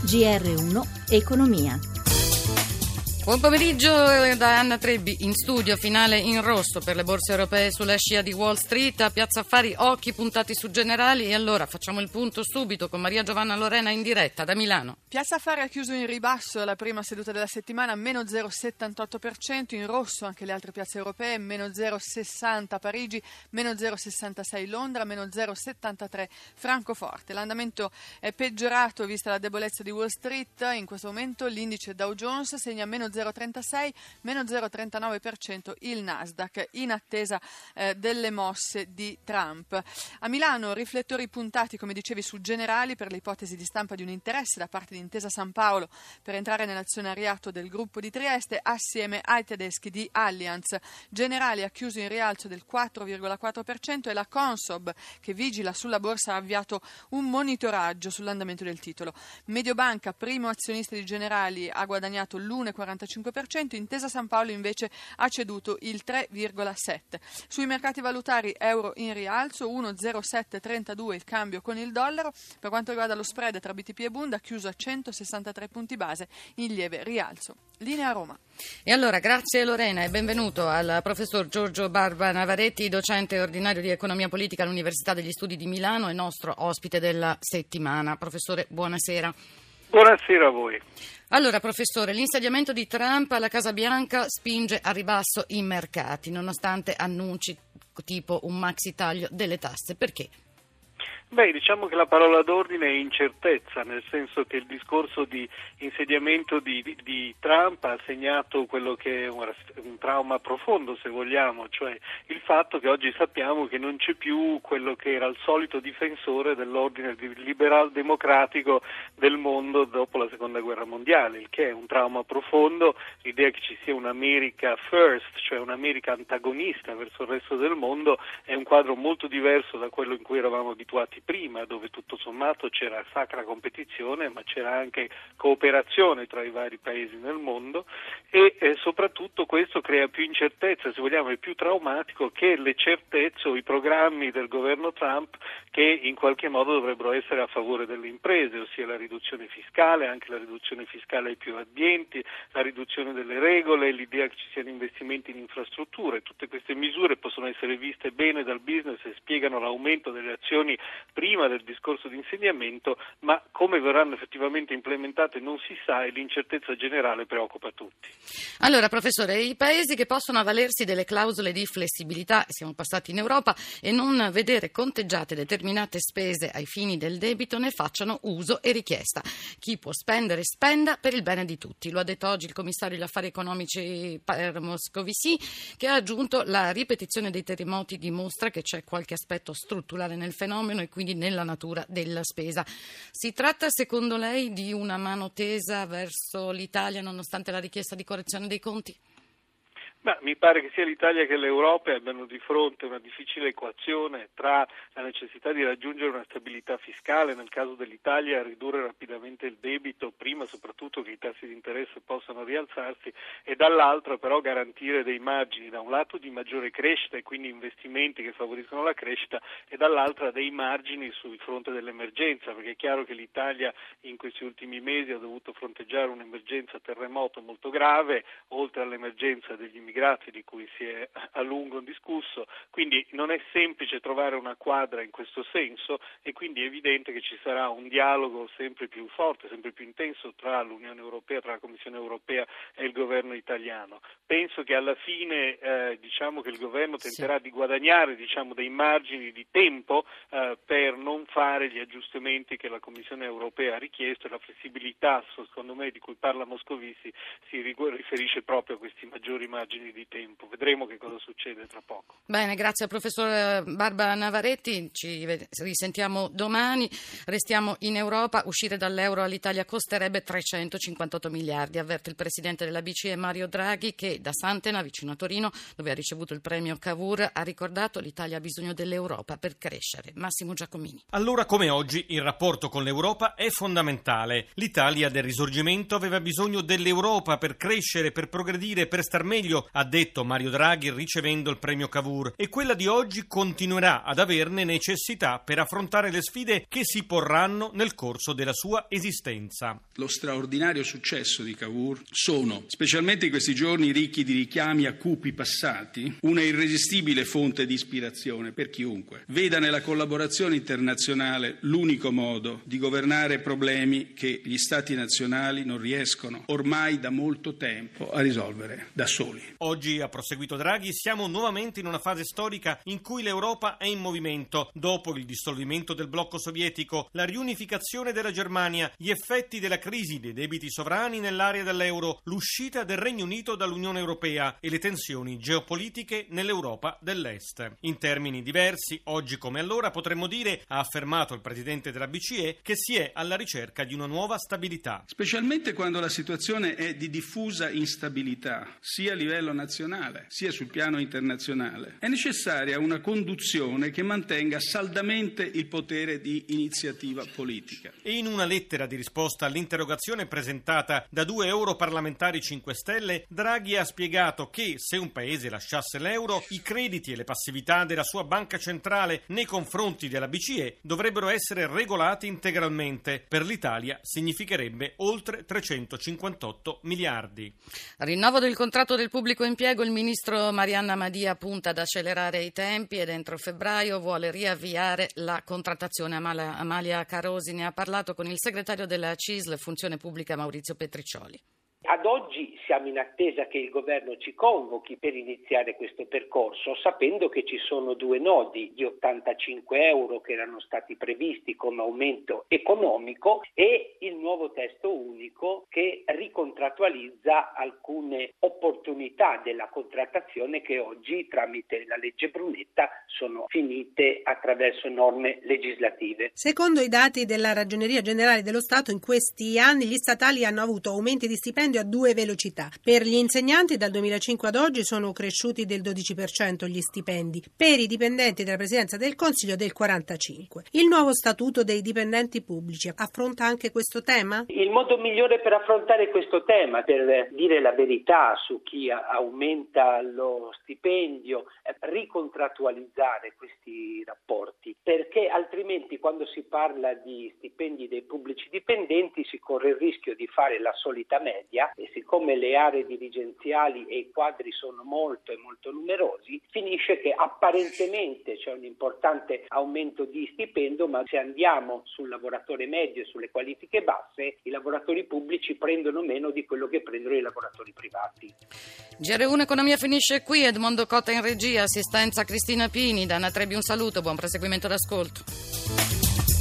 GR1 Economia. Buon pomeriggio da Anna Trebbi in studio. Finale in rosso per le borse europee sulla scia di Wall Street. A Piazza Affari occhi puntati su Generali. E allora facciamo il punto subito con Maria Giovanna Lorena in diretta da Milano. Piazza Affari ha chiuso in ribasso la prima seduta della settimana, meno 0,78%, in rosso anche le altre piazze europee, meno 0,60 Parigi, meno 0,66 Londra, meno 0,73 Francoforte. L'andamento è peggiorato vista la debolezza di Wall Street. In questo momento l'indice Dow Jones segna meno 0,36, meno 0,39% il Nasdaq, in attesa delle mosse di Trump. A Milano riflettori puntati, come dicevi, su Generali per l'ipotesi di stampa di un interesse da parte di Intesa San Paolo per entrare nell'azionariato del gruppo di Trieste assieme ai tedeschi di Allianz. Generali ha chiuso in rialzo del 4,4% e la Consob, che vigila sulla borsa, ha avviato un monitoraggio sull'andamento del titolo. Mediobanca, primo azionista di Generali, ha guadagnato l'1,45%, Intesa San Paolo invece ha ceduto il 3,7%. Sui mercati valutari euro in rialzo, 1,0732 il cambio con il dollaro. Per quanto riguarda lo spread tra BTP e Bund, ha chiuso a 163 punti base in lieve rialzo. Linea Roma. E allora grazie Lorena e benvenuto al professor Giorgio Barba Navaretti, docente ordinario di economia politica all'Università degli Studi di Milano e nostro ospite della settimana. Professore, buonasera. Buonasera a voi. Allora, professore, l'insediamento di Trump alla Casa Bianca spinge a ribasso i mercati, nonostante annunci tipo un maxi taglio delle tasse. Perché? Beh, diciamo che la parola d'ordine è incertezza, nel senso che il discorso di insediamento di Trump ha segnato quello che è un trauma profondo, se vogliamo, cioè il fatto che oggi sappiamo che non c'è più quello che era il solito difensore dell'ordine liberal democratico del mondo dopo la seconda guerra mondiale, il che è un trauma profondo. L'idea che ci sia un'America first, cioè un'America antagonista verso il resto del mondo, è un quadro molto diverso da quello in cui eravamo abituati prima, dove tutto sommato c'era sacra competizione, ma c'era anche cooperazione tra i vari paesi nel mondo e soprattutto questo crea più incertezza, se vogliamo, è più traumatico che le certezze o i programmi del governo Trump che in qualche modo dovrebbero essere a favore delle imprese, ossia la riduzione fiscale, anche la riduzione fiscale ai più abbienti, la riduzione delle regole, l'idea che ci siano investimenti in infrastrutture. Tutte queste misure possono essere viste bene dal business e spiegano l'aumento delle azioni prima del discorso di insediamento, ma come verranno effettivamente implementate non si sa e l'incertezza generale preoccupa tutti. Allora, professore, i paesi che possono avvalersi delle clausole di flessibilità, siamo passati in Europa, e non vedere conteggiate determinate spese ai fini del debito, ne facciano uso e richiesta. Chi può spendere, spenda per il bene di tutti. Lo ha detto oggi il commissario agli affari economici Moscovici, che ha aggiunto: la ripetizione dei terremoti dimostra che c'è qualche aspetto strutturale nel fenomeno e quindi nella natura della spesa. Si tratta, secondo lei, di una mano tesa verso l'Italia nonostante la richiesta di correzione dei conti? Ma mi pare che sia l'Italia che l'Europa abbiano di fronte una difficile equazione tra la necessità di raggiungere una stabilità fiscale, nel caso dell'Italia ridurre rapidamente il debito, prima soprattutto che i tassi di interesse possano rialzarsi, e dall'altra però garantire dei margini, da un lato di maggiore crescita e quindi investimenti che favoriscono la crescita, e dall'altra dei margini sul fronte dell'emergenza, perché è chiaro che l'Italia in questi ultimi mesi ha dovuto fronteggiare un'emergenza terremoto molto grave, oltre all'emergenza degli immigrati di cui si è a lungo discusso, quindi non è semplice trovare una quadra in questo senso e quindi è evidente che ci sarà un dialogo sempre più forte, sempre più intenso tra l'Unione Europea, tra la Commissione Europea e il governo italiano. Penso che alla fine diciamo che il governo tenterà di guadagnare dei margini di tempo per non fare gli aggiustamenti che la Commissione Europea ha richiesto, e la flessibilità, secondo me, di cui parla Moscovici si riferisce proprio a questi maggiori margini di tempo. Vedremo che cosa succede tra poco. Bene, grazie al professor Barba Navaretti, ci risentiamo domani. Restiamo in Europa, uscire dall'euro all'Italia costerebbe 358 miliardi, avverte il presidente della BCE Mario Draghi, che da Santena, vicino a Torino, dove ha ricevuto il premio Cavour, ha ricordato: l'Italia ha bisogno dell'Europa per crescere. Massimo Giacomini. Allora, come oggi, il rapporto con l'Europa è fondamentale. L'Italia del Risorgimento aveva bisogno dell'Europa per crescere, per progredire, per star meglio, ha detto Mario Draghi ricevendo il premio Cavour, e quella di oggi continuerà ad averne necessità per affrontare le sfide che si porranno nel corso della sua esistenza. Lo straordinario successo di Cavour sono, specialmente in questi giorni ricchi di richiami a cupi passati, una irresistibile fonte di ispirazione per chiunque veda nella collaborazione internazionale l'unico modo di governare problemi che gli Stati nazionali non riescono ormai da molto tempo a risolvere da soli. Oggi, ha proseguito Draghi, siamo nuovamente in una fase storica in cui l'Europa è in movimento. Dopo il dissolvimento del blocco sovietico, la riunificazione della Germania, gli effetti della crisi dei debiti sovrani nell'area dell'euro, l'uscita del Regno Unito dall'Unione Europea e le tensioni geopolitiche nell'Europa dell'Est. In termini diversi, oggi come allora, potremmo dire, ha affermato il presidente della BCE, che si è alla ricerca di una nuova stabilità. Specialmente quando la situazione è di diffusa instabilità, sia a livello nazionale, sia sul piano internazionale, è necessaria una conduzione che mantenga saldamente il potere di iniziativa politica. E in una lettera di risposta all'interrogazione presentata da 2 europarlamentari 5 Stelle, Draghi ha spiegato che se un paese lasciasse l'euro, i crediti e le passività della sua banca centrale nei confronti della BCE dovrebbero essere regolati integralmente. Per l'Italia significherebbe oltre 358 miliardi. Rinnovo del contratto del pubblico impiego, il ministro Marianna Madia punta ad accelerare i tempi ed entro febbraio vuole riavviare la contrattazione. Amalia Carosi ne ha parlato con il segretario della CISL Funzione Pubblica Maurizio Petriccioli. Ad oggi siamo in attesa che il governo ci convochi per iniziare questo percorso, sapendo che ci sono 2 nodi, gli 85 euro che erano stati previsti come aumento economico e il nuovo testo unico che ricontrattualizza alcune opportunità della contrattazione che oggi tramite la legge Brunetta sono finite attraverso norme legislative. Secondo i dati della Ragioneria Generale dello Stato, in questi anni gli statali hanno avuto aumenti di stipendio a 2 velocità. Per gli insegnanti dal 2005 ad oggi sono cresciuti del 12% gli stipendi, per i dipendenti della Presidenza del Consiglio del 45%. Il nuovo statuto dei dipendenti pubblici affronta anche questo tema? Il modo migliore per affrontare questo tema, per dire la verità su chi aumenta lo stipendio, è ricontrattualizzare questi rapporti, perché altrimenti quando si parla di stipendi dei pubblici dipendenti si corre il rischio di fare la solita media, e siccome le aree dirigenziali e i quadri sono molto numerosi, finisce che apparentemente c'è un importante aumento di stipendio, ma se andiamo sul lavoratore medio e sulle qualifiche basse, i lavoratori pubblici prendono meno di quello che prendono i lavoratori privati. GR1 Economia finisce qui. Edmondo Cota in regia, assistenza Cristina Pini, da Anna Trebbi un saluto, buon proseguimento d'ascolto.